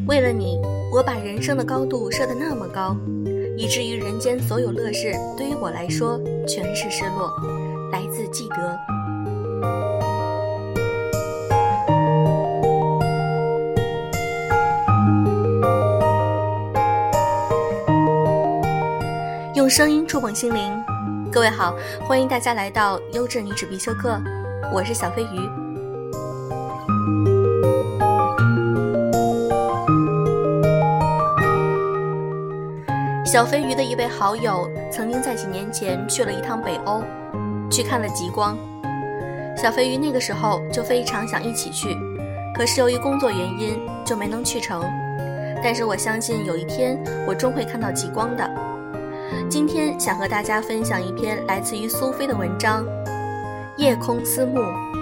为了你，我把人生的高度设得那么高，以至于人间所有乐事对于我来说全是失落。来自纪德。用声音触碰心灵。各位好，欢迎大家来到优质女子必修课，我是小飞鱼。小飞鱼的一位好友曾经在几年前去了一趟北欧，去看了极光。小飞鱼那个时候就非常想一起去，可是由于工作原因就没能去成。但是我相信有一天我终会看到极光的。今天想和大家分享一篇来自于苏菲的文章《夜空思慕》。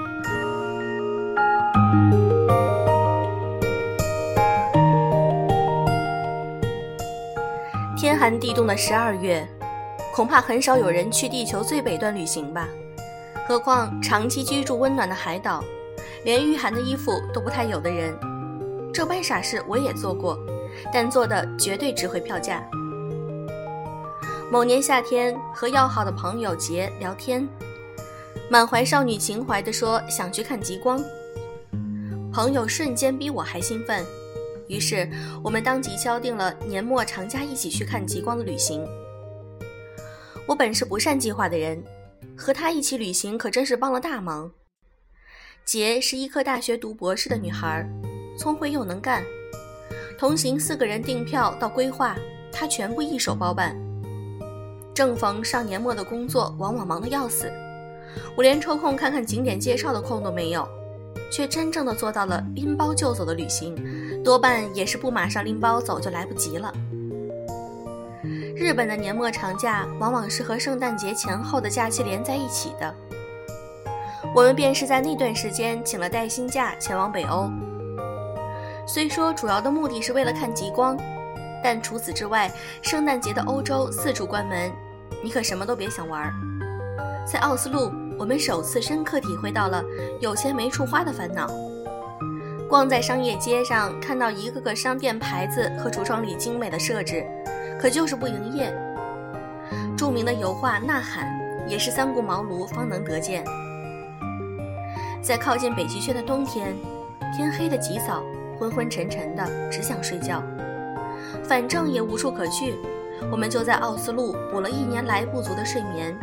天寒地冻的12月，恐怕很少有人去地球最北端旅行吧。何况长期居住温暖的海岛，连御寒的衣服都不太有的人。这般傻事我也做过，但做的绝对值回票价。某年夏天，和要好的朋友杰聊天，满怀少女情怀地说想去看极光。朋友瞬间比我还兴奋，于是我们当即敲定了年末长假一起去看极光的旅行。我本是不善计划的人，和他一起旅行可真是帮了大忙。杰是医科大学读博士的女孩，聪慧又能干，同行4个人订票到规划，她全部一手包办。正逢上年末的工作往往忙得要死，我连抽空看看景点介绍的空都没有，却真正的做到了拎包就走的旅行，多半也是不马上拎包走就来不及了。日本的年末长假往往是和圣诞节前后的假期连在一起的，我们便是在那段时间请了带薪假前往北欧。虽说主要的目的是为了看极光，但除此之外，圣诞节的欧洲四处关门，你可什么都别想玩。在奥斯陆，我们首次深刻体会到了有钱没处花的烦恼。逛在商业街上，看到一个个商店牌子和橱窗里精美的设置，可就是不营业。著名的油画《呐喊》也是三顾茅庐方能得见。在靠近北极圈的冬天，天黑得极早，昏昏沉沉的，只想睡觉。反正也无处可去，我们就在奥斯陆补了1年来不足的睡眠。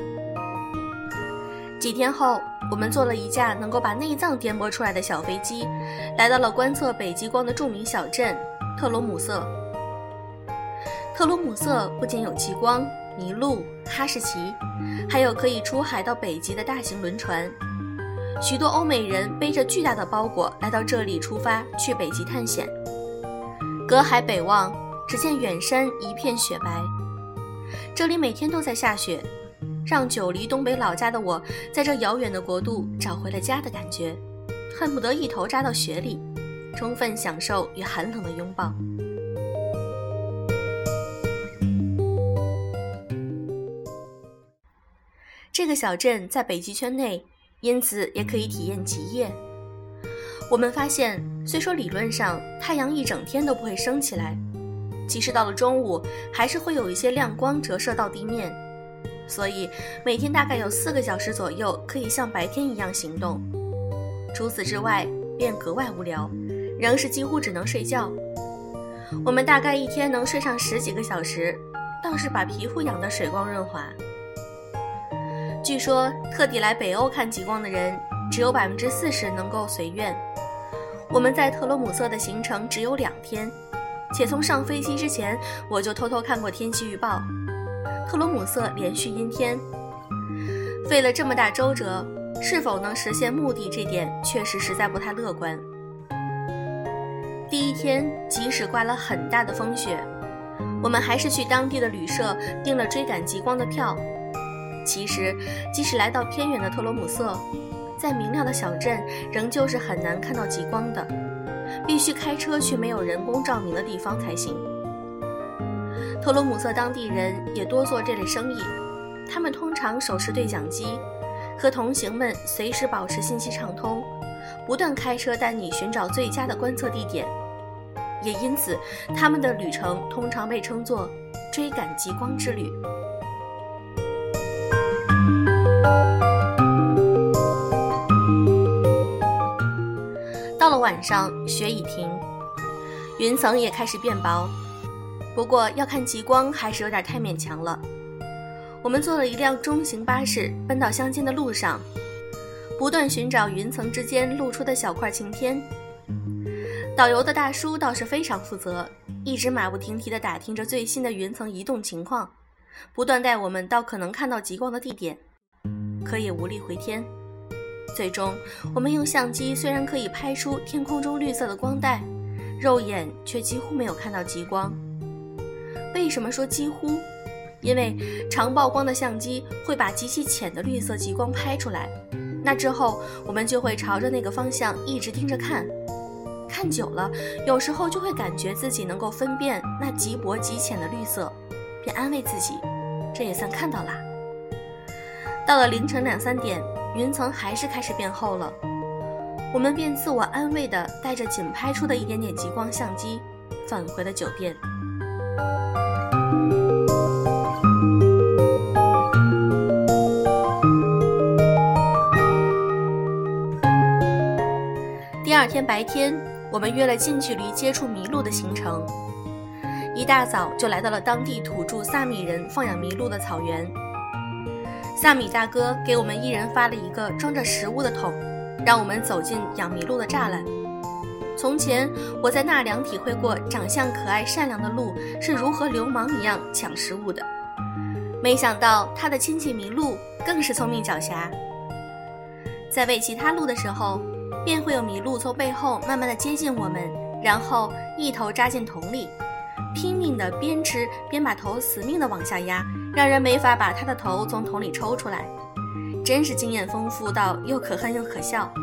几天后，我们坐了一架能够把内脏颠簸出来的小飞机，来到了观测北极光的著名小镇特罗姆瑟。特罗姆瑟不仅有极光、麋鹿、哈士奇，还有可以出海到北极的大型轮船。许多欧美人背着巨大的包裹来到这里出发去北极探险。隔海北望，只见远山一片雪白。这里每天都在下雪，让久离东北老家的我在这遥远的国度找回了家的感觉，恨不得一头扎到雪里，充分享受与寒冷的拥抱。这个小镇在北极圈内，因此也可以体验极夜。我们发现，虽说理论上太阳一整天都不会升起来，即使到了中午还是会有一些亮光折射到地面，所以每天大概有4个小时左右可以像白天一样行动。除此之外便格外无聊，仍是几乎只能睡觉。我们大概一天能睡上10几个小时，倒是把皮肤养得水光润滑。据说特地来北欧看极光的人只有40%能够随愿。我们在特罗姆瑟的行程只有2天，且从上飞机之前我就偷偷看过天气预报，特罗姆瑟连续阴天。费了这么大周折，是否能实现目的这点确实实在不太乐观。第1天即使刮了很大的风雪，我们还是去当地的旅社订了追赶极光的票。其实即使来到偏远的特罗姆瑟，在明亮的小镇仍旧是很难看到极光的，必须开车去没有人工照明的地方才行。特罗姆瑟当地人也多做这类生意，他们通常手持对讲机，和同行们随时保持信息畅通，不断开车带你寻找最佳的观测地点。 也因此他们的旅程通常被称作追赶极光之旅。到了晚上，雪已停，云层也开始变薄，不过要看极光还是有点太勉强了。我们坐了一辆中型巴士奔到乡间的路上，不断寻找云层之间露出的小块晴天。导游的大叔倒是非常负责，一直马不停蹄地打听着最新的云层移动情况，不断带我们到可能看到极光的地点，可也无力回天。最终我们用相机虽然可以拍出天空中绿色的光带，肉眼却几乎没有看到极光。为什么说几乎？因为长曝光的相机会把极其浅的绿色极光拍出来，那之后我们就会朝着那个方向一直盯着看，看久了有时候就会感觉自己能够分辨那极薄极浅的绿色，便安慰自己这也算看到啦。到了凌晨2、3点，云层还是开始变厚了，我们便自我安慰地带着仅拍出的一点点极光相机返回了酒店。第二天白天，我们约了近距离接触麋鹿的行程，一大早就来到了当地土著萨米人放养麋鹿的草原。萨米大哥给我们一人发了一个装着食物的桶，让我们走进养麋鹿的栅栏。从前我在纳凉体会过长相可爱善良的鹿是如何流氓一样抢食物的，没想到他的亲戚麋鹿更是聪明狡黠。在喂其他鹿的时候，便会有麋鹿从背后慢慢地接近我们，然后一头扎进桶里，拼命地边吃边把头死命地往下压，让人没法把他的头从桶里抽出来，真是经验丰富到又可恨又可笑。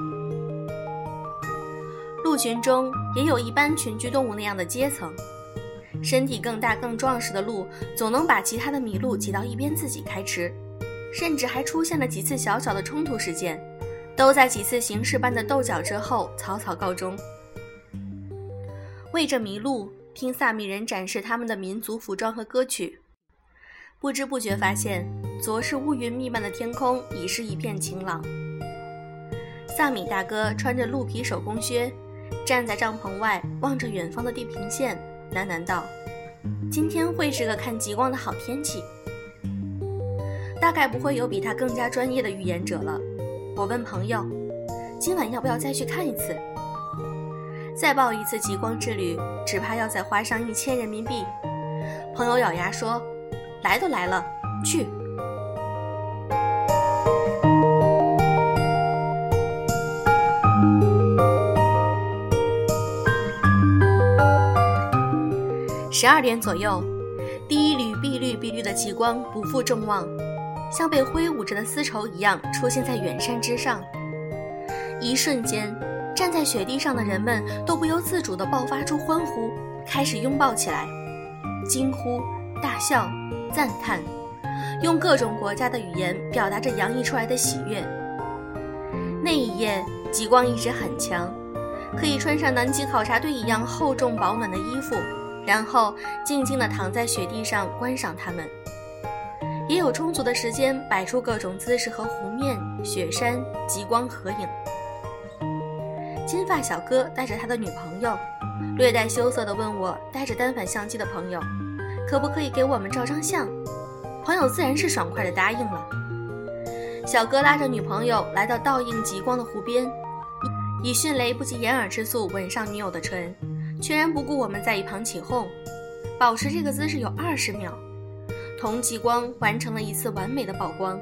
鹿群中也有一般群居动物那样的阶层，身体更大更壮实的鹿总能把其他的麋鹿挤到一边自己开吃，甚至还出现了几次小小的冲突事件，都在几次形式般的斗角之后草草告终。喂着麋鹿，听萨米人展示他们的民族服装和歌曲，不知不觉发现昨日乌云密漫的天空已是一片晴朗。萨米大哥穿着鹿皮手工靴，站在帐篷外望着远方的地平线，喃喃道：今天会是个看极光的好天气。大概不会有比他更加专业的预言者了。我问朋友，今晚要不要再去看一次？再报一次极光之旅，只怕要再花上1000人民币。朋友咬牙说，来都来了，去。12点左右，第一缕碧绿碧绿的极光不负众望，像被挥舞着的丝绸一样出现在远山之上。一瞬间，站在雪地上的人们都不由自主地爆发出欢呼，开始拥抱起来，惊呼、大笑、赞叹，用各种国家的语言表达着洋溢出来的喜悦。那一夜，极光一直很强，可以穿上南极考察队一样厚重保暖的衣服，然后静静地躺在雪地上观赏它们，也有充足的时间摆出各种姿势和湖面、雪山、极光合影。金发小哥带着他的女朋友，略带羞涩地问我带着单反相机的朋友，可不可以给我们照张相？朋友自然是爽快地答应了。小哥拉着女朋友来到倒映极光的湖边，以迅雷不及掩耳之速吻上女友的唇，全然不顾我们在一旁起哄，保持这个姿势有20秒，同极光完成了一次完美的曝光。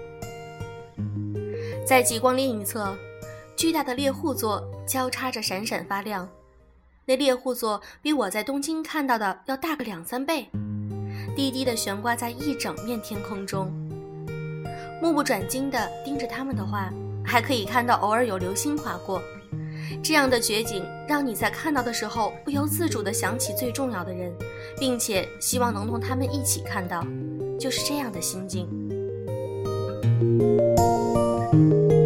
在极光另一侧，巨大的猎户座交叉着闪闪发亮，那猎户座比我在东京看到的要大个2、3倍，低低地悬挂在一整面天空中。目不转睛地盯着它们的话，还可以看到偶尔有流星划过。这样的绝景让你在看到的时候不由自主地想起最重要的人，并且希望能同他们一起看到，就是这样的心境。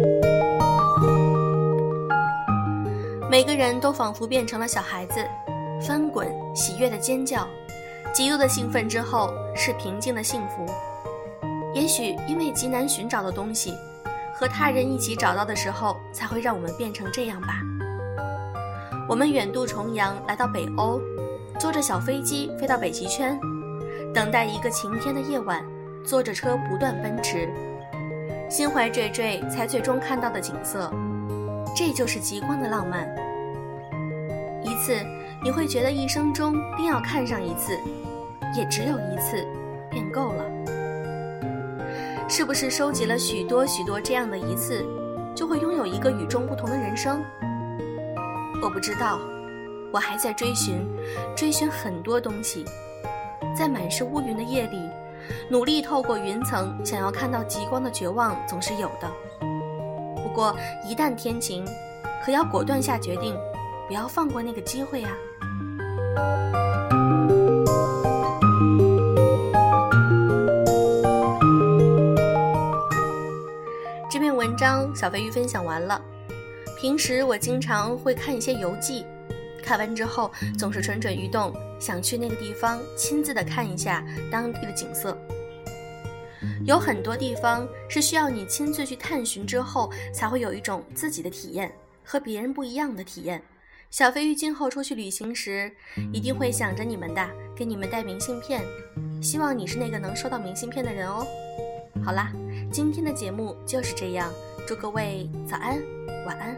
每个人都仿佛变成了小孩子， 翻滚、喜悦的尖叫，极度的兴奋之后是平静的幸福。也许因为极难寻找的东西，和他人一起找到的时候，才会让我们变成这样吧。我们远渡重洋来到北欧，坐着小飞机飞到北极圈，等待一个晴天的夜晚，坐着车不断奔驰，心怀惴惴才最终看到的景色，这就是极光的浪漫。一次你会觉得一生中定要看上一次，也只有一次便够了。是不是收集了许多许多这样的一次，就会拥有一个与众不同的人生？我不知道，我还在追寻很多东西，在满是乌云的夜里，努力透过云层想要看到极光的绝望总是有的。不过一旦天晴，可要果断下决定，不要放过那个机会啊。这篇文章小飞鱼分享完了。平时我经常会看一些游记，看完之后总是蠢蠢欲动，想去那个地方亲自的看一下当地的景色。有很多地方是需要你亲自去探寻之后，才会有一种自己的体验，和别人不一样的体验。小飞鱼今后出去旅行时，一定会想着你们的，给你们带明信片，希望你是那个能收到明信片的人哦。好啦，今天的节目就是这样，祝各位早安晚安。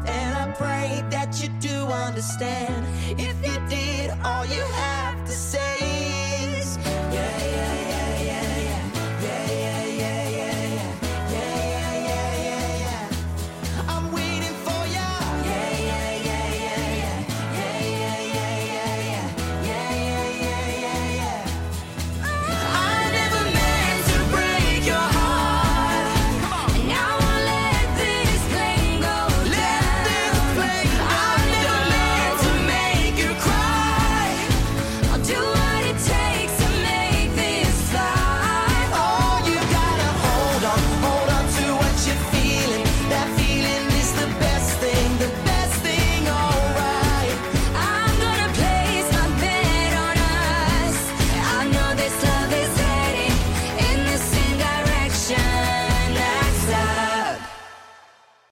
Understand. If you did, all you have to say